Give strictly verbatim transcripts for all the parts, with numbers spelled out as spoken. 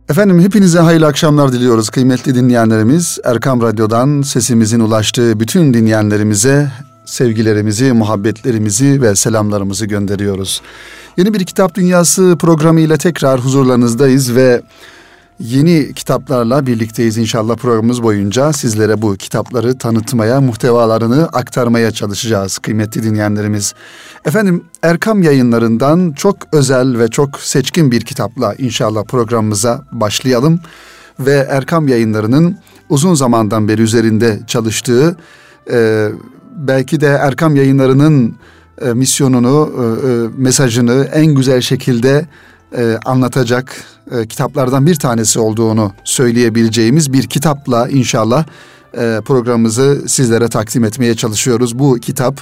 Efendim hepinize hayırlı akşamlar diliyoruz kıymetli dinleyenlerimiz. Erkam Radyo'dan sesimizin ulaştığı bütün dinleyenlerimize sevgilerimizi, muhabbetlerimizi ve selamlarımızı gönderiyoruz. Yeni bir Kitap Dünyası programı ile tekrar huzurlarınızdayız ve yeni kitaplarla birlikteyiz inşallah. Programımız boyunca sizlere bu kitapları tanıtmaya, muhtevalarını aktarmaya çalışacağız kıymetli dinleyenlerimiz. Efendim Erkam Yayınları'ndan çok özel ve çok seçkin bir kitapla inşallah programımıza başlayalım. Ve Erkam Yayınları'nın uzun zamandan beri üzerinde çalıştığı, e, belki de Erkam Yayınları'nın e, misyonunu, e, mesajını en güzel şekilde e, anlatacak e, kitaplardan bir tanesi olduğunu söyleyebileceğimiz bir kitapla inşallah e, programımızı sizlere takdim etmeye çalışıyoruz. Bu kitap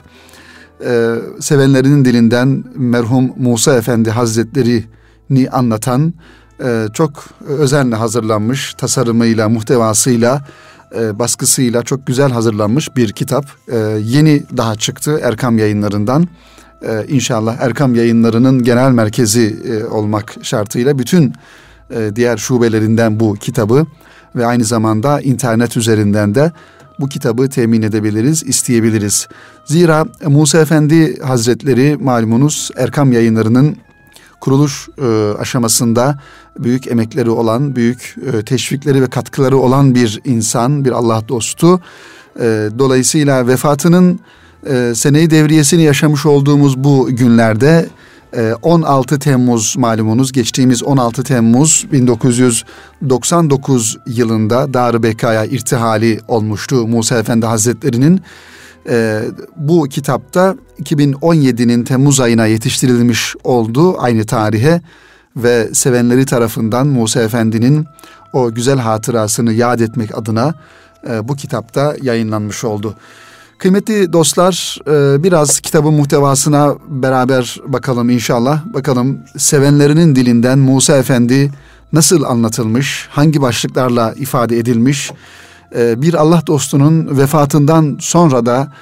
e, sevenlerinin dilinden merhum Musa Efendi Hazretleri'ni anlatan e, çok özenle hazırlanmış, tasarımıyla, muhtevasıyla, e, baskısıyla çok güzel hazırlanmış bir kitap. E, yeni daha çıktı Erkam Yayınları'ndan. Ee, İnşallah Erkam Yayınları'nın genel merkezi e, olmak şartıyla bütün e, diğer şubelerinden bu kitabı ve aynı zamanda internet üzerinden de bu kitabı temin edebiliriz, isteyebiliriz. Zira Musa Efendi Hazretleri malumunuz Erkam Yayınları'nın kuruluş e, aşamasında büyük emekleri olan, büyük e, teşvikleri ve katkıları olan bir insan, bir Allah dostu. E, dolayısıyla vefatının Ee, seneyi devriyesini yaşamış olduğumuz bu günlerde e, on altı Temmuz malumunuz geçtiğimiz on altı Temmuz bin dokuz yüz doksan dokuz yılında Dar-ı Beka'ya irtihali olmuştu Musa Efendi Hazretleri'nin. E, bu kitapta iki bin on yedinin Temmuz ayına yetiştirilmiş oldu aynı tarihe ve sevenleri tarafından Musa Efendi'nin o güzel hatırasını yad etmek adına e, bu kitapta yayınlanmış oldu. Kıymetli dostlar, biraz kitabın muhtevasına beraber bakalım inşallah. Bakalım sevenlerinin dilinden Musa Efendi nasıl anlatılmış, hangi başlıklarla ifade edilmiş? Bir Allah dostunun vefatından sonra da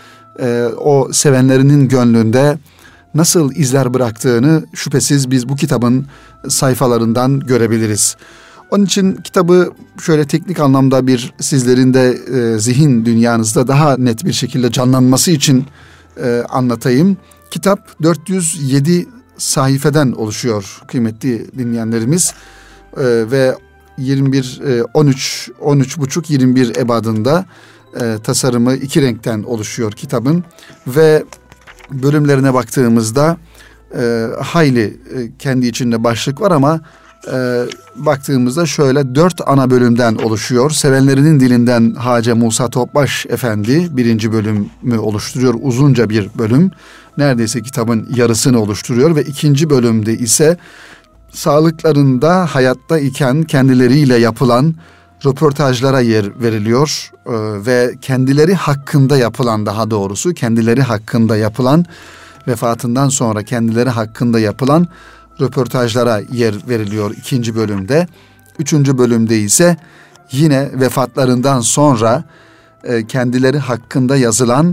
o sevenlerinin gönlünde nasıl izler bıraktığını şüphesiz biz bu kitabın sayfalarından görebiliriz. Onun için kitabı şöyle teknik anlamda bir sizlerin de e, zihin dünyanızda daha net bir şekilde canlanması için e, anlatayım. Kitap dört yüz yedi sayfeden oluşuyor kıymetli dinleyenlerimiz e, ve yirmi bir on üç on üç buçuk yirmi bir ebadında e, tasarımı iki renkten oluşuyor kitabın ve bölümlerine baktığımızda e, hayli e, kendi içinde başlık var ama E, baktığımızda şöyle dört ana bölümden oluşuyor. Sevenlerinin dilinden Hacı Musa Topbaş Efendi birinci bölümü oluşturuyor. Uzunca bir bölüm. Neredeyse kitabın yarısını oluşturuyor ve ikinci bölümde ise sağlıklarında hayatta iken kendileriyle yapılan röportajlara yer veriliyor e, ve kendileri hakkında yapılan daha doğrusu kendileri hakkında yapılan vefatından sonra kendileri hakkında yapılan röportajlara yer veriliyor ikinci bölümde. Üçüncü bölümde ise yine vefatlarından sonra e, kendileri hakkında yazılan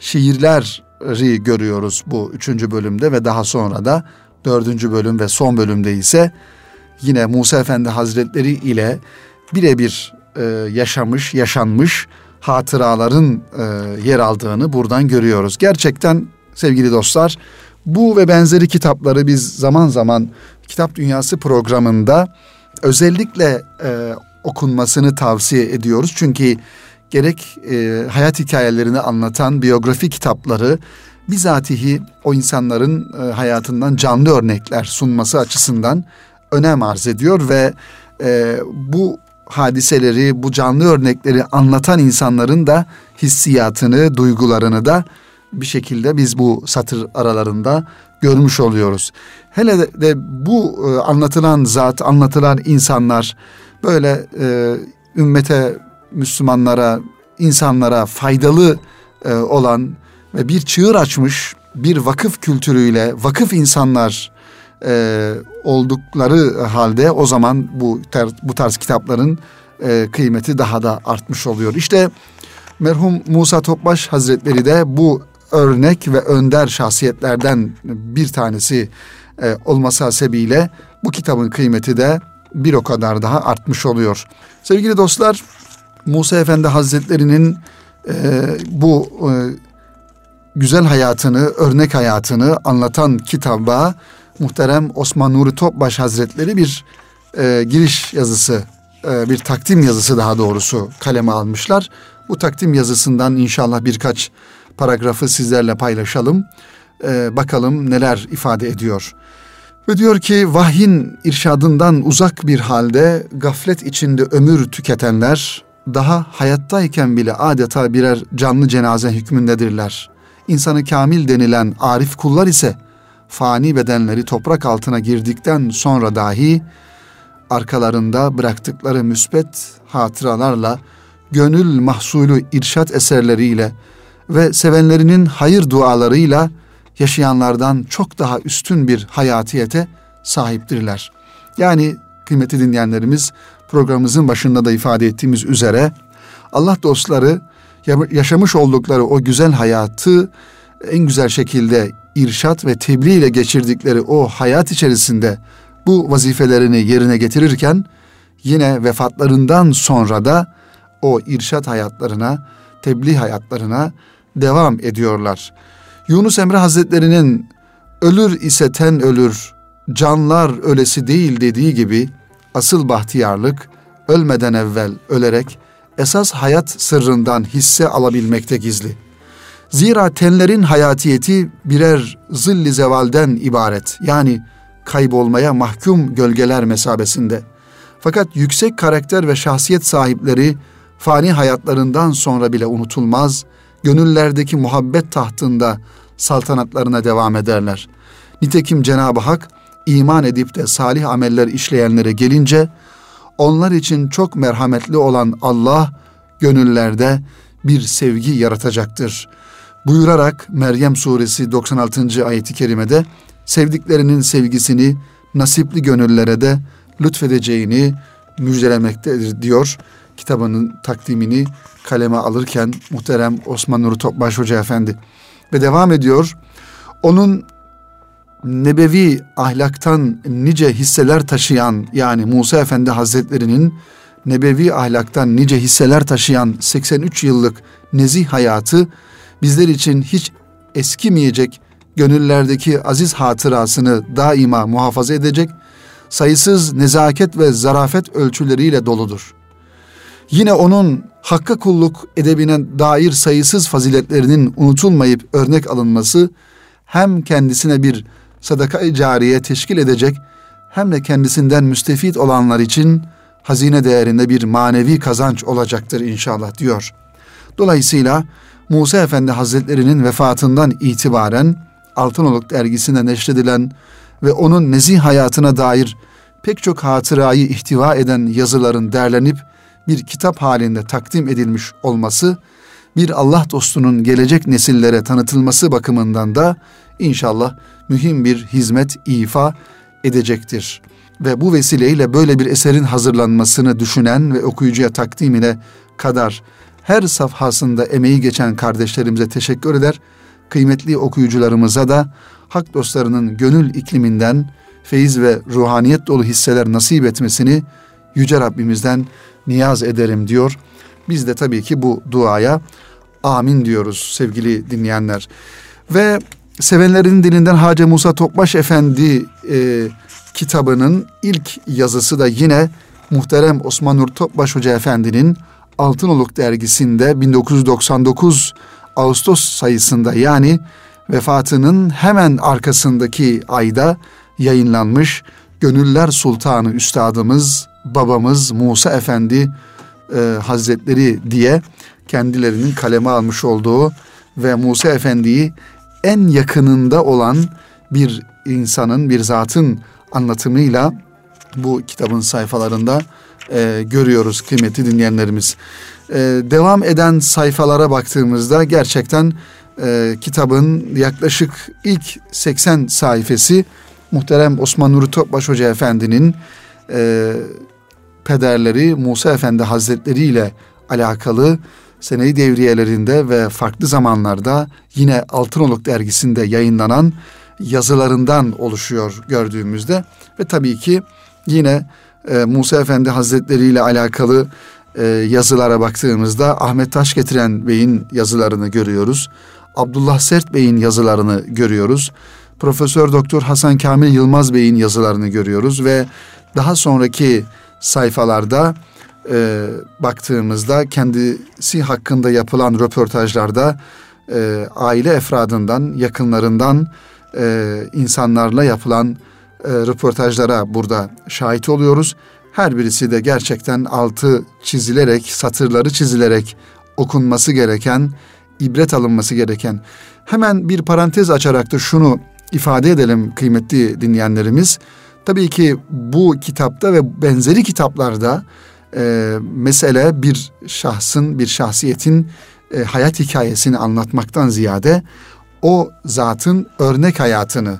şiirleri görüyoruz bu üçüncü bölümde ve daha sonra da dördüncü bölüm ve son bölümde ise yine Musa Efendi Hazretleri ile birebir e, yaşamış, yaşanmış hatıraların e, yer aldığını buradan görüyoruz. Gerçekten sevgili dostlar, bu ve benzeri kitapları biz zaman zaman Kitap Dünyası programında özellikle e, okunmasını tavsiye ediyoruz. Çünkü gerek e, hayat hikayelerini anlatan biyografi kitapları bizatihi o insanların e, hayatından canlı örnekler sunması açısından önem arz ediyor ve e, bu hadiseleri, bu canlı örnekleri anlatan insanların da hissiyatını, duygularını da bir şekilde biz bu satır aralarında görmüş oluyoruz. Hele de, de bu e, anlatılan zat, anlatılan insanlar böyle e, ümmete, Müslümanlara, insanlara faydalı e, olan ve bir çığır açmış bir vakıf kültürüyle vakıf insanlar e, oldukları halde o zaman bu ter, bu tarz kitapların e, kıymeti daha da artmış oluyor. İşte merhum Musa Topbaş Hazretleri de bu örnek ve önder şahsiyetlerden bir tanesi e, olması hasebiyle bu kitabın kıymeti de bir o kadar daha artmış oluyor. Sevgili dostlar, Musa Efendi Hazretleri'nin e, bu e, güzel hayatını, örnek hayatını anlatan kitaba muhterem Osman Nuri Topbaş Hazretleri bir e, giriş yazısı, e, bir takdim yazısı daha doğrusu kaleme almışlar. Bu takdim yazısından inşallah birkaç paragrafı sizlerle paylaşalım. E, bakalım neler ifade ediyor. Ve diyor ki, vahyin irşadından uzak bir halde gaflet içinde ömür tüketenler daha hayattayken bile adeta birer canlı cenaze hükmündedirler. İnsanı kamil denilen arif kullar ise fani bedenleri toprak altına girdikten sonra dahi arkalarında bıraktıkları müsbet hatıralarla, gönül mahsulü irşat eserleriyle ve sevenlerinin hayır dualarıyla yaşayanlardan çok daha üstün bir hayatiyete sahiptirler. Yani kıymetli dinleyenlerimiz, programımızın başında da ifade ettiğimiz üzere Allah dostları yaşamış oldukları o güzel hayatı en güzel şekilde irşat ve tebliğ ile geçirdikleri o hayat içerisinde bu vazifelerini yerine getirirken yine vefatlarından sonra da o irşat hayatlarına, tebliğ hayatlarına devam ediyorlar. Yunus Emre Hazretleri'nin ölür ise ten ölür, canlar ölesi değil dediği gibi asıl bahtiyarlık ölmeden evvel ölerek esas hayat sırrından hisse alabilmekte gizli. Zira tenlerin hayatiyeti birer zilli zevalden ibaret, yani kaybolmaya mahkum gölgeler mesabesinde. Fakat yüksek karakter ve şahsiyet sahipleri fani hayatlarından sonra bile unutulmaz, gönüllerdeki muhabbet tahtında saltanatlarına devam ederler. Nitekim Cenab-ı Hak iman edip de salih ameller işleyenlere gelince, onlar için çok merhametli olan Allah gönüllerde bir sevgi yaratacaktır buyurarak Meryem suresi doksan altıncı ayeti kerimede sevdiklerinin sevgisini nasipli gönüllere de lütfedeceğini müjdelemektedir diyor. Kitabının takdimini kaleme alırken muhterem Osman Nuri Topbaş Hoca Efendi. Ve devam ediyor. Onun nebevi ahlaktan nice hisseler taşıyan, yani Musa Efendi Hazretleri'nin nebevi ahlaktan nice hisseler taşıyan seksen üç yıllık nezih hayatı bizler için hiç eskimeyecek, gönüllerdeki aziz hatırasını daima muhafaza edecek sayısız nezaket ve zarafet ölçüleriyle doludur. Yine onun hakka kulluk edebine dair sayısız faziletlerinin unutulmayıp örnek alınması hem kendisine bir sadaka-i cariye teşkil edecek hem de kendisinden müstefit olanlar için hazine değerinde bir manevi kazanç olacaktır inşallah diyor. Dolayısıyla Musa Efendi Hazretleri'nin vefatından itibaren Altınoluk dergisinde neşredilen ve onun nezih hayatına dair pek çok hatırayı ihtiva eden yazıların derlenip bir kitap halinde takdim edilmiş olması, bir Allah dostunun gelecek nesillere tanıtılması bakımından da inşallah mühim bir hizmet ifa edecektir. Ve bu vesileyle böyle bir eserin hazırlanmasını düşünen ve okuyucuya takdimine kadar her safhasında emeği geçen kardeşlerimize teşekkür eder. Kıymetli okuyucularımıza da hak dostlarının gönül ikliminden feyiz ve ruhaniyet dolu hisseler nasip etmesini Yüce Rabbimizden niyaz ederim diyor. Biz de tabii ki bu duaya amin diyoruz sevgili dinleyenler. Ve sevenlerin dilinden Hacı Musa Topbaş Efendi e, kitabının ilk yazısı da yine muhterem Osman Nuri Topbaş Hoca Efendi'nin Altınoluk dergisinde bin dokuz yüz doksan dokuz Ağustos sayısında, yani vefatının hemen arkasındaki ayda yayınlanmış Gönüller Sultanı Üstadımız, babamız Musa Efendi e, Hazretleri diye kendilerinin kaleme almış olduğu ve Musa Efendi'yi en yakınında olan bir insanın, bir zatın anlatımıyla bu kitabın sayfalarında e, görüyoruz kıymetli dinleyenlerimiz. E, devam eden sayfalara baktığımızda gerçekten e, kitabın yaklaşık ilk seksen sayfası muhterem Osman Nuri Topbaş Hoca Efendi'nin e, pederleri Musa Efendi Hazretleri ile alakalı sene-i devriyelerinde ve farklı zamanlarda yine Altınoluk dergisinde yayınlanan yazılarından oluşuyor gördüğümüzde ve tabii ki yine e, Musa Efendi Hazretleri ile alakalı e, yazılara baktığımızda Ahmet Taşgetiren Bey'in yazılarını görüyoruz. Abdullah Sert Bey'in yazılarını görüyoruz. Profesör Doktor Hasan Kamil Yılmaz Bey'in yazılarını görüyoruz ve daha sonraki sayfalarda e, baktığımızda kendisi hakkında yapılan röportajlarda e, aile efradından, yakınlarından e, insanlarla yapılan e, röportajlara burada şahit oluyoruz. Her birisi de gerçekten altı çizilerek, satırları çizilerek okunması gereken, ibret alınması gereken. Hemen bir parantez açarak da şunu ifade edelim kıymetli dinleyenlerimiz. Tabii ki bu kitapta ve benzeri kitaplarda e, mesele bir şahsın, bir şahsiyetin e, hayat hikayesini anlatmaktan ziyade o zatın örnek hayatını,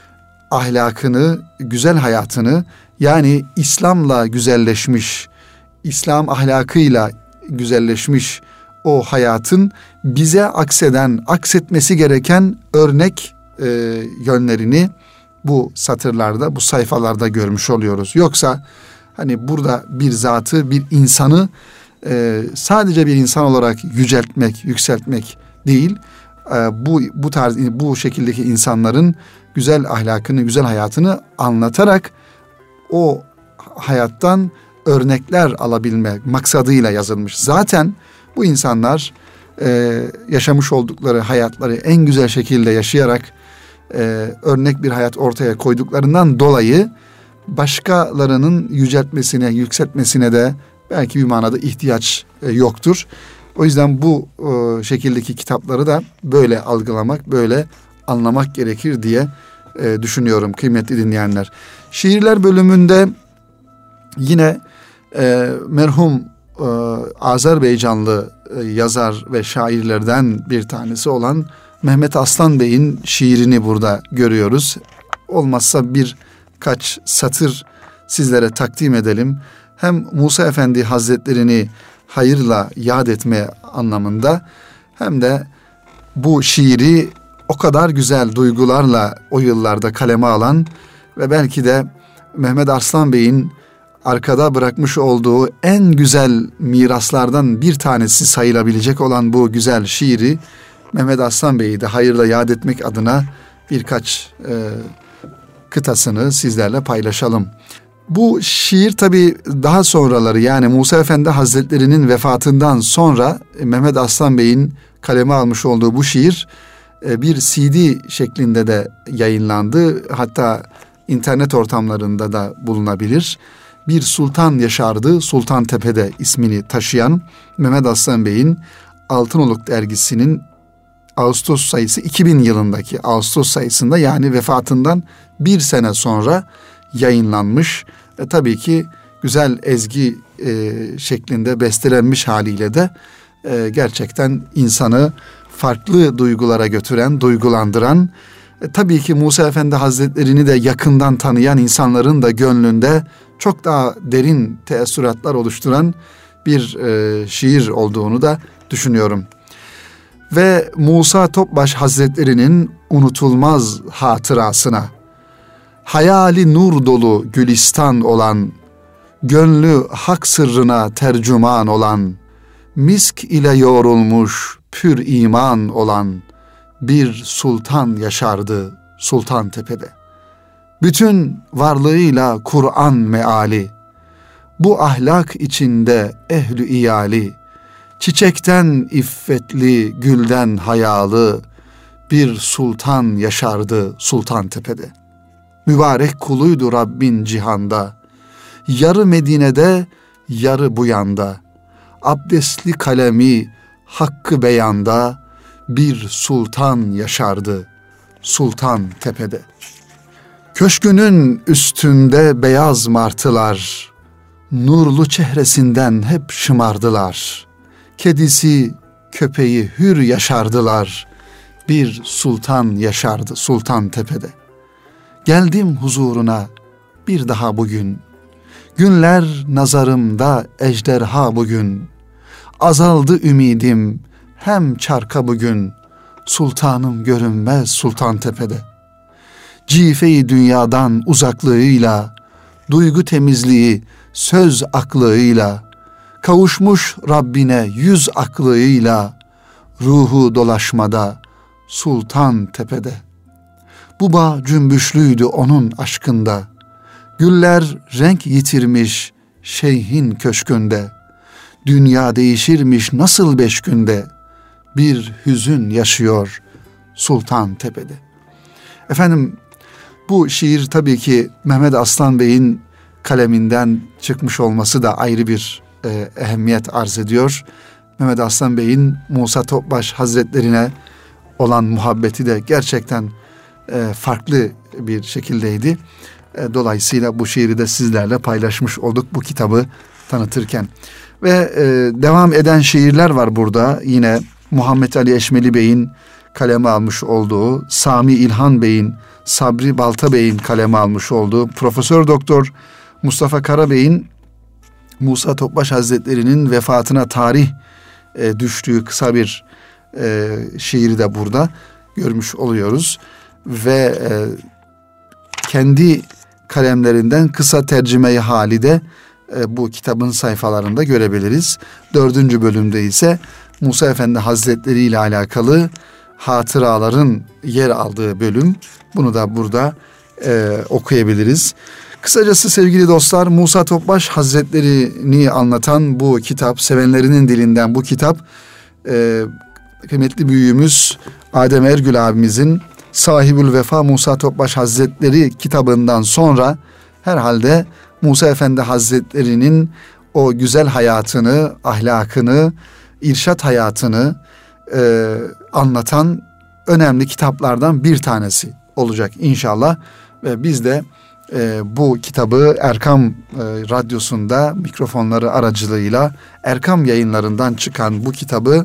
ahlakını, güzel hayatını, yani İslam'la güzelleşmiş, İslam ahlakıyla güzelleşmiş o hayatın bize akseden, aksetmesi gereken örnek e, yönlerini bu satırlarda, bu sayfalarda görmüş oluyoruz. Yoksa hani burada bir zatı, bir insanı e, sadece bir insan olarak yüceltmek, yükseltmek değil, e, bu bu tarz, bu şekildeki insanların güzel ahlakını, güzel hayatını anlatarak o hayattan örnekler alabilmek maksadıyla yazılmış. Zaten bu insanlar e, yaşamış oldukları hayatları en güzel şekilde yaşayarak e, örnek bir hayat ortaya koyduklarından dolayı başkalarının yüceltmesine, yükseltmesine de belki bir manada ihtiyaç e, yoktur. O yüzden bu e, şekildeki kitapları da böyle algılamak, böyle anlamak gerekir diye e, düşünüyorum kıymetli dinleyenler. Şiirler bölümünde yine e, merhum e, Azerbaycanlı e, yazar ve şairlerden bir tanesi olan Mehmet Aslan Bey'in şiirini burada görüyoruz. Olmazsa birkaç satır sizlere takdim edelim. Hem Musa Efendi Hazretlerini hayırla yad etme anlamında hem de bu şiiri o kadar güzel duygularla o yıllarda kaleme alan ve belki de Mehmet Arslan Bey'in arkada bırakmış olduğu en güzel miraslardan bir tanesi sayılabilecek olan bu güzel şiiri Mehmet Arslan Bey'i de hayırla yad etmek adına birkaç e, kıtasını sizlerle paylaşalım. Bu şiir tabii daha sonraları, yani Musa Efendi Hazretleri'nin vefatından sonra Mehmet Arslan Bey'in kaleme almış olduğu bu şiir bir C D şeklinde de yayınlandı. Hatta internet ortamlarında da bulunabilir. Bir sultan yaşardı Sultantepe'de ismini taşıyan Mehmet Arslan Bey'in Altınoluk dergisinin Ağustos sayısı iki bin yılındaki Ağustos sayısında, yani vefatından bir sene sonra yayınlanmış. E, tabii ki güzel ezgi e, şeklinde bestelenmiş haliyle de e, gerçekten insanı farklı duygulara götüren, duygulandıran, e, tabii ki Musa Efendi Hazretlerini de yakından tanıyan insanların da gönlünde çok daha derin teessüratlar oluşturan bir e, şiir olduğunu da düşünüyorum. Ve Musa Topbaş Hazretleri'nin unutulmaz hatırasına, hayali nur dolu gülistan olan, gönlü hak sırrına tercüman olan, misk ile yoğrulmuş pür iman olan bir sultan yaşardı Sultantepe'de. Bütün varlığıyla Kur'an meali, bu ahlak içinde ehlü iyali, çiçekten iffetli, gülden hayalı bir sultan yaşardı Sultantepe'de. Mübarek kuluydu Rabbin cihanda, yarı Medine'de, yarı bu yanda, abdestli kalemi hakkı beyanda bir sultan yaşardı Sultantepe'de. Köşkünün üstünde beyaz martılar, nurlu çehresinden hep şımardılar. Kedisi, köpeği hür yaşardılar, bir sultan yaşardı Sultantepe'de. Geldim huzuruna bir daha bugün, günler nazarımda ejderha bugün. Azaldı ümidim hem çarka bugün, sultanım görünmez Sultantepe'de. Cife-i dünyadan uzaklığıyla, duygu temizliği, söz aklıyla, kavuşmuş Rabbine yüz aklıyla, ruhu dolaşmada, sultan tepede. Bu bağ cümbüşlüydü onun aşkında, güller renk yitirmiş şeyhin köşkünde, dünya değişirmiş nasıl beş günde, bir hüzün yaşıyor sultan tepede. Efendim, bu şiir tabii ki Mehmet Aslan Bey'in kaleminden çıkmış olması da ayrı bir e, ehemmiyet arz ediyor. Mehmet Aslan Bey'in Musa Topbaş Hazretlerine olan muhabbeti de gerçekten e, farklı bir şekildeydi. E, dolayısıyla bu şiiri de sizlerle paylaşmış olduk bu kitabı tanıtırken. Ve e, devam eden şiirler var burada. Yine Muhammed Ali Eşmeli Bey'in kaleme almış olduğu, Sami İlhan Bey'in, Sabri Balta Bey'in kaleme almış olduğu, Profesör Doktor Mustafa Kara Bey'in Musa Topbaş Hazretleri'nin vefatına tarih e, düştüğü kısa bir e, şiiri de burada görmüş oluyoruz. Ve e, kendi kalemlerinden kısa tercüme-i hali de e, bu kitabın sayfalarında görebiliriz. Dördüncü bölümde ise Musa Efendi Hazretleri ile alakalı hatıraların yer aldığı bölüm. Bunu da burada e, okuyabiliriz. Kısacası sevgili dostlar, Musa Topbaş Hazretleri'ni anlatan bu kitap, sevenlerinin dilinden bu kitap, e, kıymetli büyüğümüz Adem Ergül abimizin Sahibül Vefa Musa Topbaş Hazretleri kitabından sonra herhalde Musa Efendi Hazretleri'nin o güzel hayatını, ahlakını, irşat hayatını e, anlatan önemli kitaplardan bir tanesi olacak inşallah. Ve biz de e, bu kitabı Erkam e, Radyosu'nda mikrofonları aracılığıyla Erkam Yayınlarından çıkan bu kitabı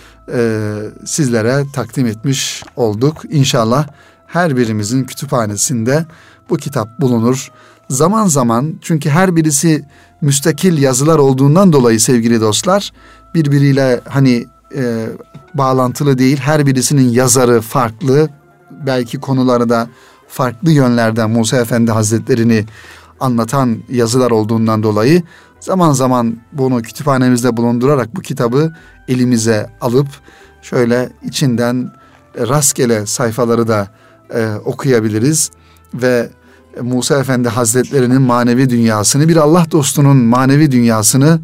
e, sizlere takdim etmiş olduk. İnşallah her birimizin kütüphanesinde bu kitap bulunur. Zaman zaman, çünkü her birisi müstakil yazılar olduğundan dolayı sevgili dostlar, birbiriyle hani e, bağlantılı değil, her birisinin yazarı farklı, belki konuları da farklı yönlerden Musa Efendi Hazretleri'ni anlatan yazılar olduğundan dolayı zaman zaman bunu kütüphanemizde bulundurarak bu kitabı elimize alıp şöyle içinden rastgele sayfaları da e, okuyabiliriz ve Musa Efendi Hazretleri'nin manevi dünyasını, bir Allah dostunun manevi dünyasını,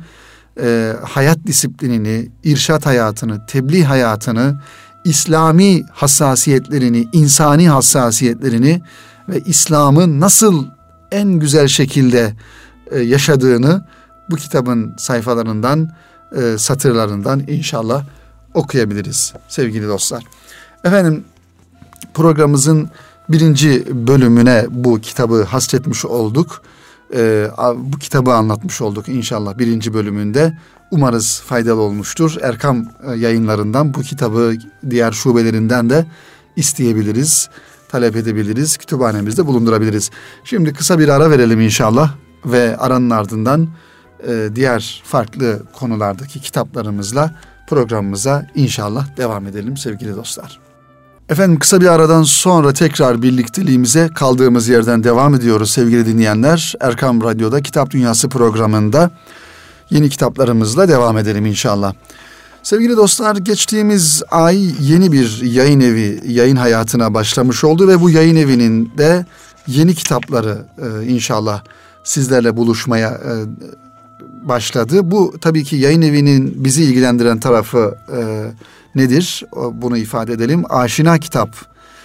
e, hayat disiplinini, irşat hayatını, tebliğ hayatını, İslami hassasiyetlerini, insani hassasiyetlerini ve İslam'ı nasıl en güzel şekilde e, yaşadığını bu kitabın sayfalarından, e, satırlarından inşallah okuyabiliriz sevgili dostlar. Efendim, programımızın birinci bölümüne bu kitabı hasretmiş olduk. Ee, bu kitabı anlatmış olduk inşallah birinci bölümünde. Umarız faydalı olmuştur. Erkam Yayınlarından bu kitabı diğer şubelerinden de isteyebiliriz, talep edebiliriz, kütüphanemizde bulundurabiliriz. Şimdi kısa bir ara verelim inşallah ve aranın ardından e, diğer farklı konulardaki kitaplarımızla programımıza inşallah devam edelim sevgili dostlar. Efendim, kısa bir aradan sonra tekrar birlikteliğimize kaldığımız yerden devam ediyoruz sevgili dinleyenler. Erkam Radyo'da Kitap Dünyası programında yeni kitaplarımızla devam edelim inşallah. Sevgili dostlar, geçtiğimiz ay yeni bir yayın evi yayın hayatına başlamış oldu ve bu yayın evinin de yeni kitapları e, inşallah sizlerle buluşmaya e, başladı. Bu tabii ki yayın evinin bizi ilgilendiren tarafı e, nedir? Bunu ifade edelim. Aşina Kitap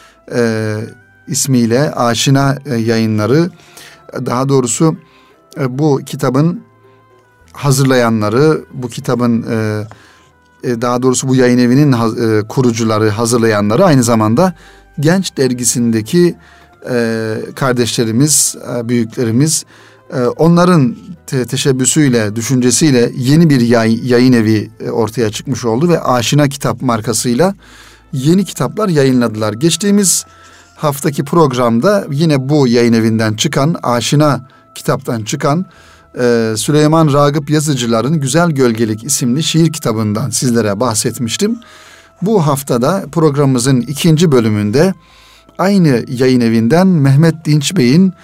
e, ismiyle Aşina e, Yayınları, daha doğrusu e, bu kitabın hazırlayanları, bu kitabın e, e, daha doğrusu bu yayın evinin e, kurucuları, hazırlayanları aynı zamanda Genç Dergisi'ndeki e, kardeşlerimiz, e, büyüklerimiz, e, onların te- teşebbüsüyle, düşüncesiyle yeni bir yay- yayın evi e, ortaya çıkmış oldu ve Aşina Kitap markasıyla yeni kitaplar yayınladılar. Geçtiğimiz haftaki programda yine bu yayın evinden çıkan, Aşina Kitap'tan çıkan e, Süleyman Ragıp Yazıcılar'ın Güzel Gölgelik isimli şiir kitabından sizlere bahsetmiştim. Bu haftada programımızın ikinci bölümünde aynı yayın evinden Mehmet Dinç Bey'in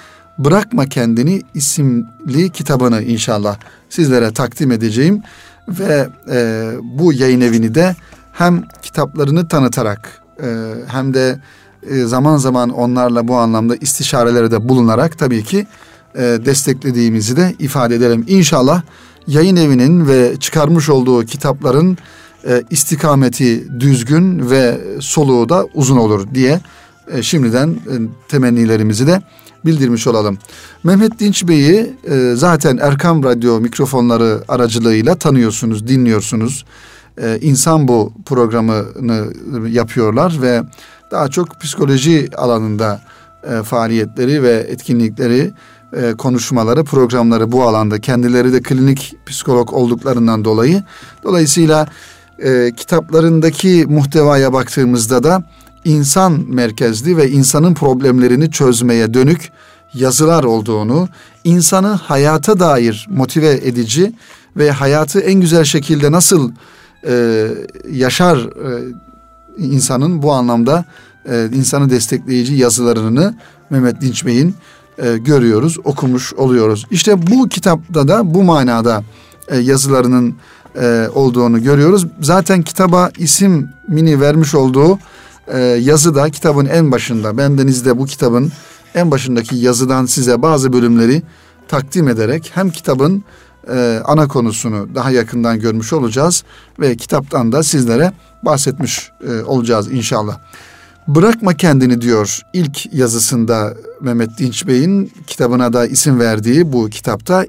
Bırakma Kendini isimli kitabını inşallah sizlere takdim edeceğim. Ve e, bu yayın evini de hem kitaplarını tanıtarak e, hem de e, zaman zaman onlarla bu anlamda istişarelere de bulunarak tabii ki e, desteklediğimizi de ifade edelim. İnşallah yayın evinin ve çıkarmış olduğu kitapların e, istikameti düzgün ve soluğu da uzun olur diye e, şimdiden e, temennilerimizi de bildirmiş olalım. Mehmet Dinç Bey'i e, zaten Erkam Radyo mikrofonları aracılığıyla tanıyorsunuz, dinliyorsunuz. E, İnsan Bu programını yapıyorlar ve daha çok psikoloji alanında e, faaliyetleri ve etkinlikleri, e, konuşmaları, programları bu alanda. Kendileri de klinik psikolog olduklarından dolayı. Dolayısıyla e, kitaplarındaki muhtevaya baktığımızda da insan merkezli ve insanın problemlerini çözmeye dönük yazılar olduğunu, insanı hayata dair motive edici ve hayatı en güzel şekilde nasıl e, yaşar e, insanın bu anlamda e, insanı destekleyici yazılarını Mehmet Dinç Bey'in e, görüyoruz, okumuş oluyoruz. İşte bu kitapta da bu manada e, yazılarının e, olduğunu görüyoruz. Zaten kitaba ismini vermiş olduğu e, yazı da kitabın en başında, bendenizde bu kitabın en başındaki yazıdan size bazı bölümleri takdim ederek hem kitabın e, ana konusunu daha yakından görmüş olacağız ve kitaptan da sizlere bahsetmiş e, olacağız inşallah. Bırakma Kendini diyor ilk yazısında Mehmet Dinç Bey'in kitabına da isim verdiği bu kitapta,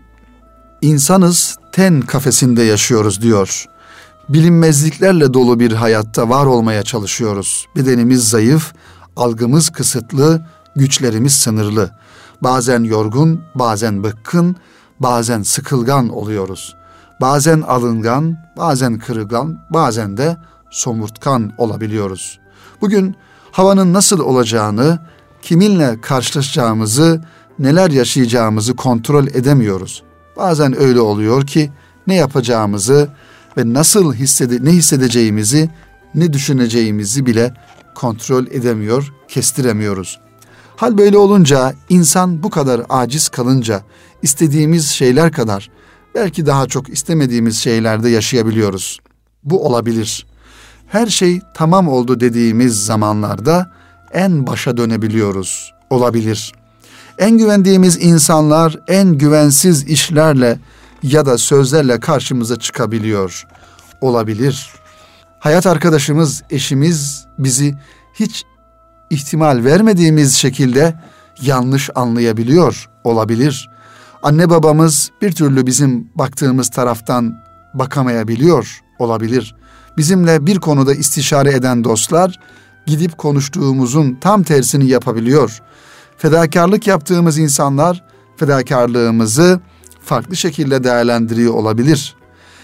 insanız ten kafesinde yaşıyoruz diyor. Bilinmezliklerle dolu bir hayatta var olmaya çalışıyoruz. Bedenimiz zayıf, algımız kısıtlı, güçlerimiz sınırlı. Bazen yorgun, bazen bıkkın, bazen sıkılgan oluyoruz. Bazen alıngan, bazen kırılgan, bazen de somurtkan olabiliyoruz. Bugün havanın nasıl olacağını, kiminle karşılaşacağımızı, neler yaşayacağımızı kontrol edemiyoruz. Bazen öyle oluyor ki ne yapacağımızı ve nasıl hissede, ne hissedeceğimizi, ne düşüneceğimizi bile kontrol edemiyor, kestiremiyoruz. Hal böyle olunca, insan bu kadar aciz kalınca, istediğimiz şeyler kadar, belki daha çok istemediğimiz şeylerde yaşayabiliyoruz. Bu olabilir. Her şey tamam oldu dediğimiz zamanlarda en başa dönebiliyoruz. Olabilir. En güvendiğimiz insanlar en güvensiz işlerle ya da sözlerle karşımıza çıkabiliyor. Olabilir. Hayat arkadaşımız, eşimiz bizi hiç ihtimal vermediğimiz şekilde yanlış anlayabiliyor. Olabilir. Anne babamız bir türlü bizim baktığımız taraftan bakamayabiliyor. Olabilir. Bizimle bir konuda istişare eden dostlar gidip konuştuğumuzun tam tersini yapabiliyor. Fedakarlık yaptığımız insanlar fedakarlığımızı farklı şekilde değerlendiriyor olabilir.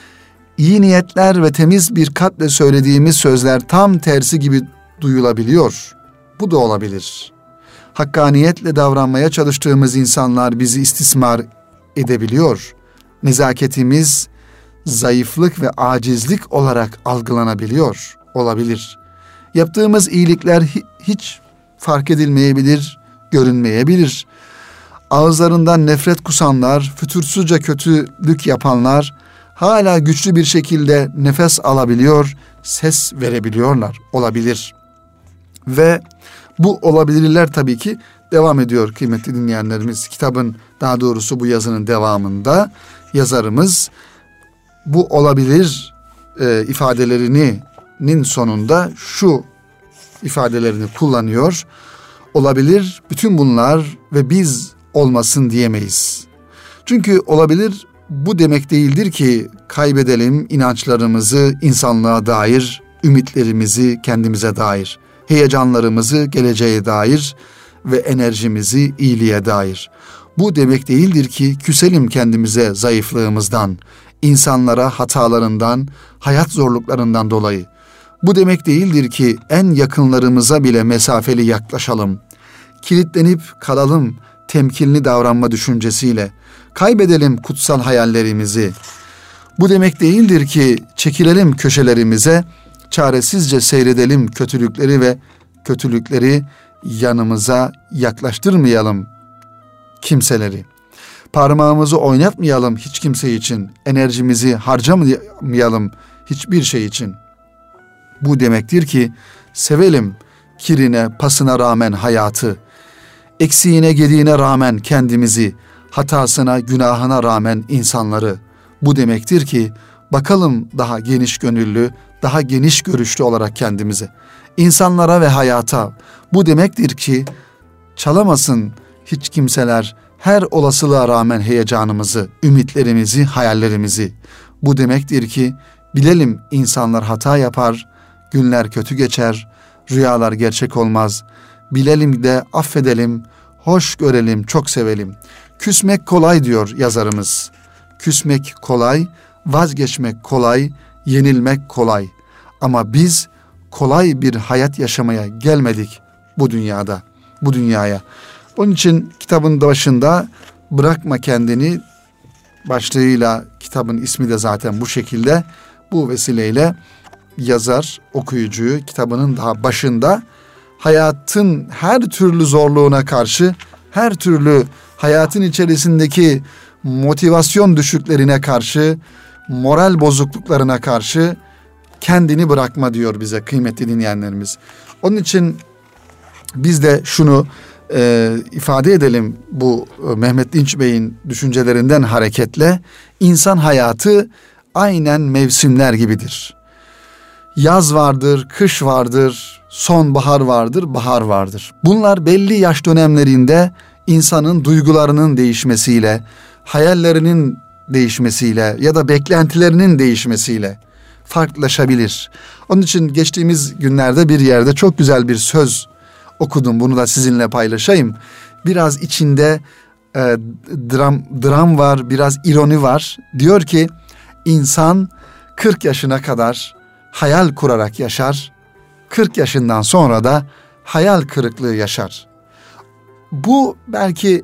İyi niyetler ve temiz bir kalple söylediğimiz sözler tam tersi gibi duyulabiliyor. Bu da olabilir. Hakkaniyetle davranmaya çalıştığımız insanlar bizi istismar edebiliyor. Nezaketimiz zayıflık ve acizlik olarak algılanabiliyor. Olabilir. Yaptığımız iyilikler hiç fark edilmeyebilir, görünmeyebilir. Ağızlarından nefret kusanlar, fütursuzca kötülük yapanlar hala güçlü bir şekilde nefes alabiliyor, ses verebiliyorlar. Olabilir. Ve bu olabilirler tabii ki devam ediyor kıymetli dinleyenlerimiz. Kitabın, daha doğrusu bu yazının devamında yazarımız bu olabilir e, ifadelerinin sonunda şu ifadelerini kullanıyor. Olabilir, bütün bunlar ve biz olmasın diyemeyiz. Çünkü olabilir bu demek değildir ki kaybedelim inançlarımızı, insanlığa dair, ümitlerimizi kendimize dair, heyecanlarımızı geleceğe dair ve enerjimizi iyiliğe dair. Bu demek değildir ki küselim kendimize zayıflığımızdan, insanlara hatalarından, hayat zorluklarından dolayı. Bu demek değildir ki en yakınlarımıza bile mesafeli yaklaşalım. Kilitlenip kalalım temkinli davranma düşüncesiyle. Kaybedelim kutsal hayallerimizi. Bu demek değildir ki çekilelim köşelerimize, çaresizce seyredelim kötülükleri ve kötülükleri yanımıza yaklaştırmayalım kimseleri. Parmağımızı oynatmayalım hiç kimse için. Enerjimizi harcamayalım hiçbir şey için. Bu demektir ki sevelim kirine, pasına rağmen hayatı. Eksiğine, gediğine rağmen kendimizi, hatasına, günahına rağmen insanları. Bu demektir ki bakalım daha geniş gönüllü, daha geniş görüşlü olarak kendimize, insanlara ve hayata. Bu demektir ki çalamasın hiç kimseler her olasılığa rağmen heyecanımızı, ümitlerimizi, hayallerimizi. Bu demektir ki bilelim insanlar hata yapar, günler kötü geçer, rüyalar gerçek olmaz. Bilelim de affedelim, hoş görelim, çok sevelim. Küsmek kolay diyor yazarımız. Küsmek kolay, vazgeçmek kolay, yenilmek kolay. Ama biz kolay bir hayat yaşamaya gelmedik bu dünyada, bu dünyaya. Onun için kitabın başında bırakma kendini başlığıyla, kitabın ismi de zaten bu şekilde, bu vesileyle yazar okuyucuyu kitabının daha başında hayatın her türlü zorluğuna karşı, her türlü hayatın içerisindeki motivasyon düşüklerine karşı, moral bozukluklarına karşı kendini bırakma diyor bize kıymetli dinleyenlerimiz. Onun için biz de şunu e, ifade edelim, bu e, Mehmet Dinç Bey'in düşüncelerinden hareketle, insan hayatı aynen mevsimler gibidir. Yaz vardır, kış vardır, sonbahar vardır, bahar vardır. Bunlar belli yaş dönemlerinde insanın duygularının değişmesiyle, hayallerinin değişmesiyle ya da beklentilerinin değişmesiyle farklılaşabilir. Onun için geçtiğimiz günlerde bir yerde çok güzel bir söz okudum. Bunu da sizinle paylaşayım. Biraz içinde e, dram, dram var, biraz ironi var. Diyor ki insan kırk yaşına kadar hayal kurarak yaşar. kırk yaşından sonra da hayal kırıklığı yaşar. Bu belki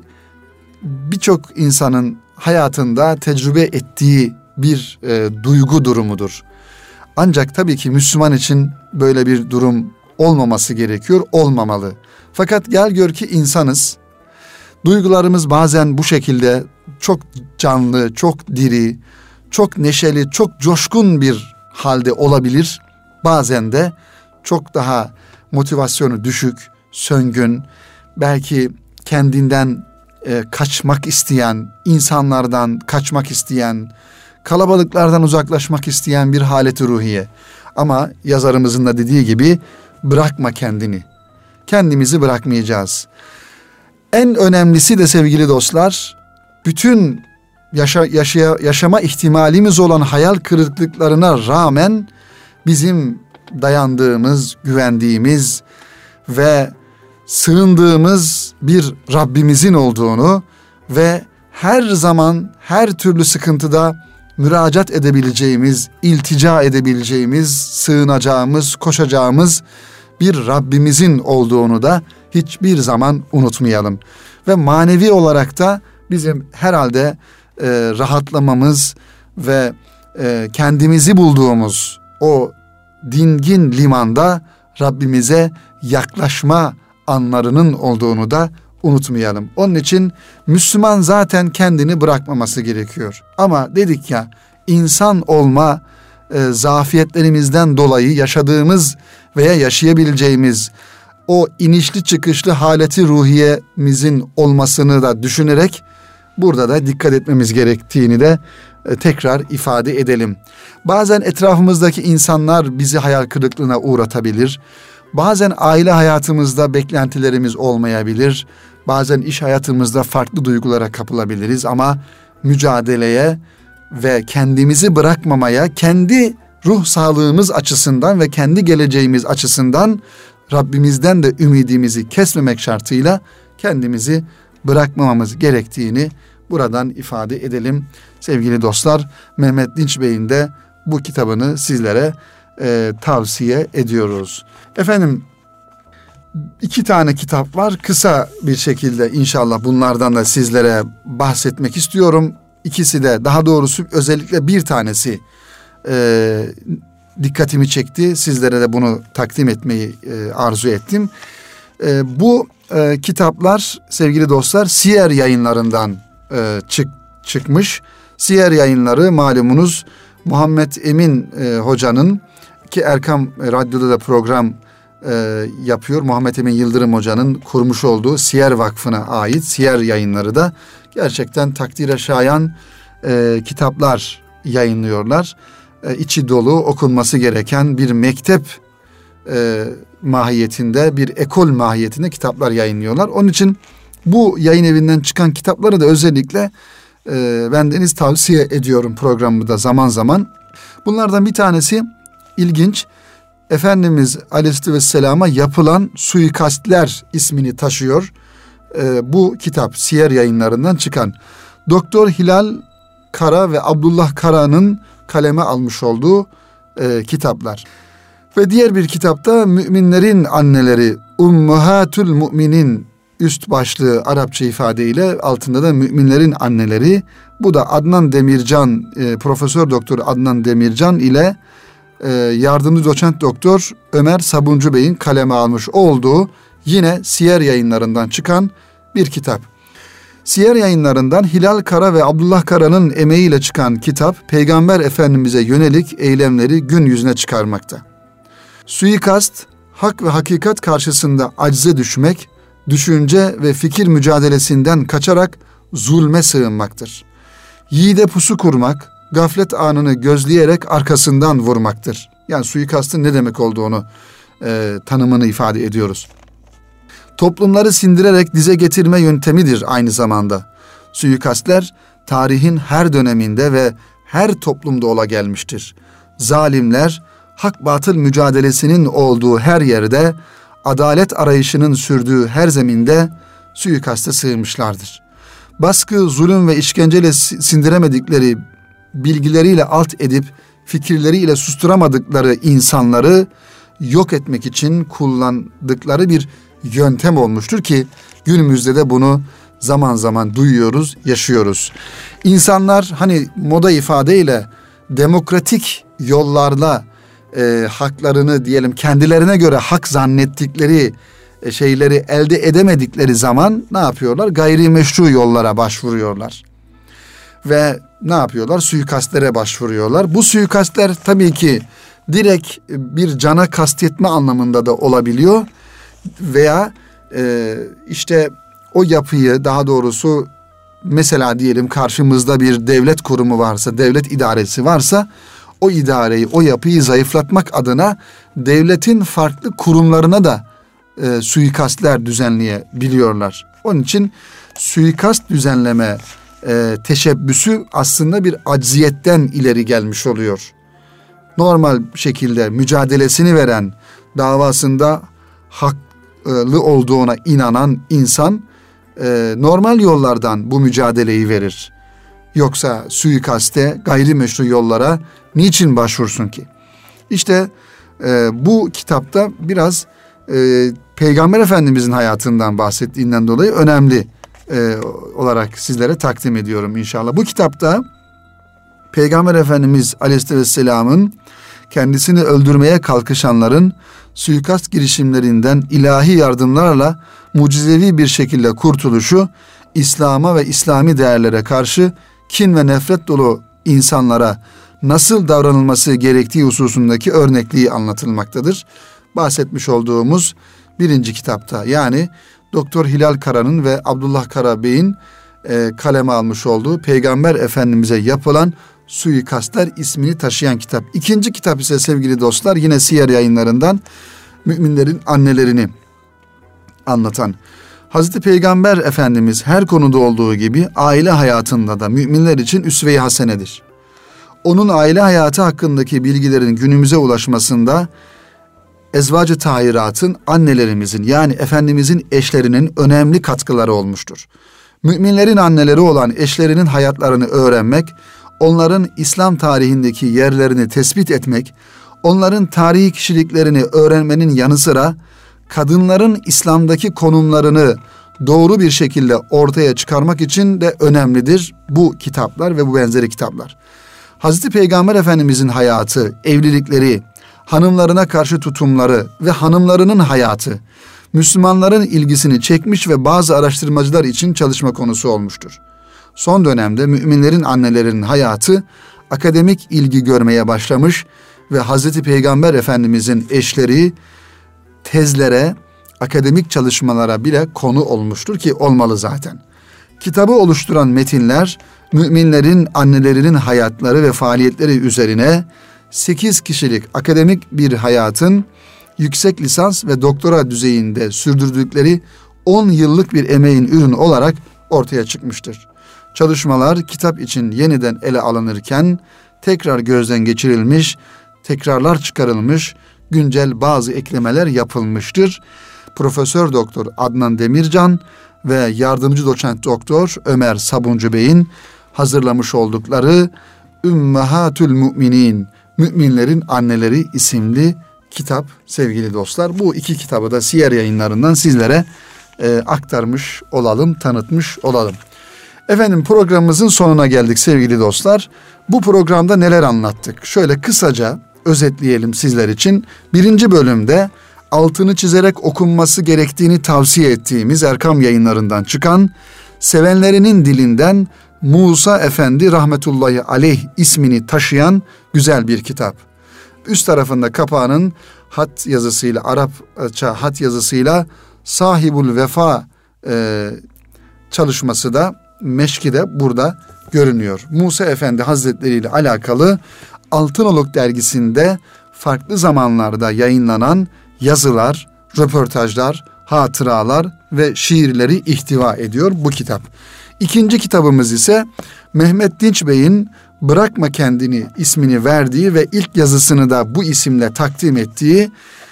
birçok insanın hayatında tecrübe ettiği bir e, duygu durumudur. Ancak tabii ki Müslüman için böyle bir durum olmaması gerekiyor, olmamalı. Fakat gel gör ki insanız. Duygularımız bazen bu şekilde çok canlı, çok diri, çok neşeli, çok coşkun bir halde olabilir. Bazen de çok daha motivasyonu düşük, söngün, belki kendinden e, kaçmak isteyen, insanlardan kaçmak isteyen, kalabalıklardan uzaklaşmak isteyen bir haleti ruhiye. Ama yazarımızın da dediği gibi bırakma kendini. Kendimizi bırakmayacağız. En önemlisi de sevgili dostlar, bütün yaşa, yaşaya, yaşama ihtimalimiz olan hayal kırıklıklarına rağmen bizim dayandığımız, güvendiğimiz ve sığındığımız bir Rabbimizin olduğunu ve her zaman her türlü sıkıntıda müracaat edebileceğimiz, iltica edebileceğimiz, sığınacağımız, koşacağımız bir Rabbimizin olduğunu da hiçbir zaman unutmayalım. Ve manevi olarak da bizim herhalde e, rahatlamamız ve e, kendimizi bulduğumuz o dingin limanda Rabbimize yaklaşma anlarının olduğunu da unutmayalım. Onun için Müslüman zaten kendini bırakmaması gerekiyor. Ama dedik ya, insan olma e, zafiyetlerimizden dolayı yaşadığımız veya yaşayabileceğimiz o inişli çıkışlı haleti ruhiyemizin olmasını da düşünerek burada da dikkat etmemiz gerektiğini de e, tekrar ifade edelim. Bazen etrafımızdaki insanlar bizi hayal kırıklığına uğratabilir. Bazen aile hayatımızda beklentilerimiz olmayabilir. Bazen iş hayatımızda farklı duygulara kapılabiliriz ama mücadeleye ve kendimizi bırakmamaya, kendi ruh sağlığımız açısından ve kendi geleceğimiz açısından Rabbimizden de ümidimizi kesmemek şartıyla kendimizi bırakmamamız gerektiğini buradan ifade edelim. Sevgili dostlar, Mehmet Dinç Bey'in de bu kitabını sizlere e, tavsiye ediyoruz. Efendim, iki tane kitap var. Kısa bir şekilde inşallah bunlardan da sizlere bahsetmek istiyorum. İkisi de, daha doğrusu özellikle bir tanesi e, dikkatimi çekti. Sizlere de bunu takdim etmeyi e, arzu ettim. E, bu e, kitaplar sevgili dostlar Siyer Yayınlarından e, çık, çıkmış. Siyer Yayınları malumunuz Muhammed Emin e, hocanın, ki Erkam Radyo'da da program e, yapıyor. Muhammed Emin Yıldırım hocanın kurmuş olduğu Siyer Vakfı'na ait Siyer Yayınları da gerçekten takdire şayan e, kitaplar yayınlıyorlar. E, içi dolu, okunması gereken bir mektep e, mahiyetinde, bir ekol mahiyetinde kitaplar yayınlıyorlar. Onun için bu yayın evinden çıkan kitapları da özellikle e, bendeniz tavsiye ediyorum programımda zaman zaman. Bunlardan bir tanesi ilginç. Efendimiz Aleyhisselam'a yapılan suikastler ismini taşıyor. E, bu kitap Siyer Yayınlarından çıkan. Doktor Hilal Kara ve Abdullah Kara'nın kaleme almış olduğu e, kitaplar. Ve diğer bir kitapta müminlerin anneleri Ummahatul Müminin üst başlığı Arapça ifadeyle, altında da müminlerin anneleri. Bu da Adnan Demircan, e, Profesör Doktor Adnan Demircan ile e, yardımcı doçent doktor Ömer Sabuncu Bey'in kaleme almış olduğu yine Siyer Yayınlarından çıkan bir kitap. Siyer Yayınlarından Hilal Kara ve Abdullah Kara'nın emeğiyle çıkan kitap, Peygamber Efendimiz'e yönelik eylemleri gün yüzüne çıkarmakta. Suikast, hak ve hakikat karşısında acize düşmek, düşünce ve fikir mücadelesinden kaçarak zulme sığınmaktır. Yiğide pusu kurmak, gaflet anını gözleyerek arkasından vurmaktır. Yani suikastın ne demek olduğunu, e, tanımını ifade ediyoruz. Toplumları sindirerek dize getirme yöntemidir aynı zamanda. Suikastler tarihin her döneminde ve her toplumda ola gelmiştir. Zalimler hak batıl mücadelesinin olduğu her yerde, adalet arayışının sürdüğü her zeminde suikaste sığınmışlardır. Baskı, zulüm ve işkenceyle sindiremedikleri, bilgileriyle alt edip fikirleriyle susturamadıkları insanları yok etmek için kullandıkları bir yöntem olmuştur ki günümüzde de bunu zaman zaman duyuyoruz, yaşıyoruz. İnsanlar hani moda ifadeyle demokratik yollarla e, haklarını diyelim kendilerine göre hak zannettikleri e, şeyleri elde edemedikleri zaman ne yapıyorlar? Gayrimeşru yollara başvuruyorlar. Ve ne yapıyorlar? Suikastlere başvuruyorlar. Bu suikastler tabii ki direkt bir cana kastetme anlamında da olabiliyor. Veya e, işte o yapıyı, daha doğrusu mesela diyelim karşımızda bir devlet kurumu varsa, devlet idaresi varsa o idareyi, o yapıyı zayıflatmak adına devletin farklı kurumlarına da e, suikastler düzenleyebiliyorlar. Onun için suikast düzenleme e, teşebbüsü aslında bir acziyetten ileri gelmiş oluyor. Normal şekilde mücadelesini veren, davasında haklı olduğuna inanan insan e, normal yollardan bu mücadeleyi verir. Yoksa suikaste, gayrimeşru yollara niçin başvursun ki? İşte e, bu kitapta biraz e, Peygamber Efendimizin hayatından bahsettiğinden dolayı önemli e, olarak sizlere takdim ediyorum inşallah. Bu kitapta Peygamber Efendimiz Aleyhisselam'ın kendisini öldürmeye kalkışanların suikast girişimlerinden ilahi yardımlarla mucizevi bir şekilde kurtuluşu, İslam'a ve İslami değerlere karşı kin ve nefret dolu insanlara nasıl davranılması gerektiği hususundaki örnekliği anlatılmaktadır. Bahsetmiş olduğumuz birinci kitapta, yani Doktor Hilal Kara'nın ve Abdullah Kara Bey'in e, kaleme almış olduğu Peygamber Efendimiz'e yapılan suikastler ismini taşıyan kitap. İkinci kitap ise sevgili dostlar yine Siyer Yayınlarından müminlerin annelerini anlatan. Hazreti Peygamber Efendimiz her konuda olduğu gibi aile hayatında da müminler için üsve-i hasenedir. Onun aile hayatı hakkındaki bilgilerin günümüze ulaşmasında ezvacı tahiratın, annelerimizin yani Efendimizin eşlerinin önemli katkıları olmuştur. Müminlerin anneleri olan eşlerinin hayatlarını öğrenmek, onların İslam tarihindeki yerlerini tespit etmek, onların tarihi kişiliklerini öğrenmenin yanı sıra kadınların İslam'daki konumlarını doğru bir şekilde ortaya çıkarmak için de önemlidir bu kitaplar ve bu benzeri kitaplar. Hazreti Peygamber Efendimizin hayatı, evlilikleri, hanımlarına karşı tutumları ve hanımlarının hayatı, Müslümanların ilgisini çekmiş ve bazı araştırmacılar için çalışma konusu olmuştur. Son dönemde müminlerin annelerinin hayatı akademik ilgi görmeye başlamış ve Hazreti Peygamber Efendimizin eşleri tezlere, akademik çalışmalara bile konu olmuştur ki olmalı zaten. Kitabı oluşturan metinler müminlerin annelerinin hayatları ve faaliyetleri üzerine sekiz kişilik akademik bir hayatın yüksek lisans ve doktora düzeyinde sürdürdükleri on yıllık bir emeğin ürünü olarak ortaya çıkmıştır. Çalışmalar kitap için yeniden ele alınırken tekrar gözden geçirilmiş, tekrarlar çıkarılmış, güncel bazı eklemeler yapılmıştır. Profesör Doktor Adnan Demircan ve yardımcı doçent doktor Ömer Sabuncu Bey'in hazırlamış oldukları Ümmehatül Müminin, Müminlerin Anneleri isimli kitap sevgili dostlar. Bu iki kitabı da Siyer Yayınlarından sizlere e, aktarmış olalım, tanıtmış olalım. Efendim programımızın sonuna geldik sevgili dostlar. Bu programda neler anlattık? Şöyle kısaca özetleyelim sizler için. Birinci bölümde altını çizerek okunması gerektiğini tavsiye ettiğimiz Erkam Yayınlarından çıkan sevenlerinin dilinden Musa Efendi rahmetullahi aleyh ismini taşıyan güzel bir kitap. Üst tarafında kapağının hat yazısıyla, Arapça hat yazısıyla Sahibul Vefa e, çalışması da, meşki de burada görünüyor. Musa Efendi Hazretleri ile alakalı Altınoluk dergisinde farklı zamanlarda yayınlanan yazılar, röportajlar, hatıralar ve şiirleri ihtiva ediyor bu kitap. İkinci kitabımız ise Mehmet Dinç Bey'in Bırakma Kendini ismini verdiği ve ilk yazısını da bu isimle takdim ettiği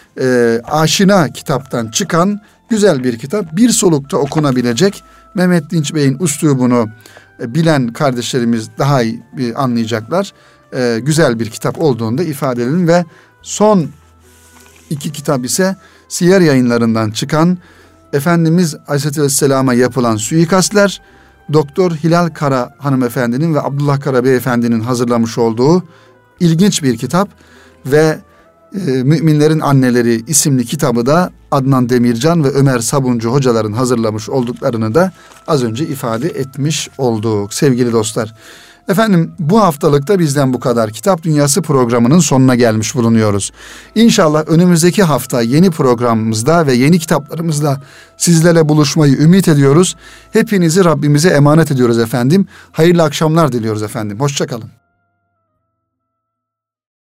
e, Aşina kitaptan çıkan güzel bir kitap. Bir solukta okunabilecek, Mehmet Dinç Bey'in üslubunu e, bilen kardeşlerimiz daha iyi e, anlayacaklar. E, güzel bir kitap olduğunu da ifade edelim ve son iki kitap ise Siyer Yayınlarından çıkan Efendimiz Aleyhisselam'a yapılan suikastler, Doktor Hilal Kara hanımefendinin ve Abdullah Kara beyefendinin hazırlamış olduğu ilginç bir kitap ve e, Müminlerin Anneleri isimli kitabı da Adnan Demircan ve Ömer Sabuncu hocaların hazırlamış olduklarını da az önce ifade etmiş olduk sevgili dostlar. Efendim bu haftalıkta bizden bu kadar. Kitap Dünyası programının sonuna gelmiş bulunuyoruz. İnşallah önümüzdeki hafta yeni programımızda ve yeni kitaplarımızla sizlerle buluşmayı ümit ediyoruz. Hepinizi Rabbimize emanet ediyoruz efendim. Hayırlı akşamlar diliyoruz efendim. Hoşça kalın.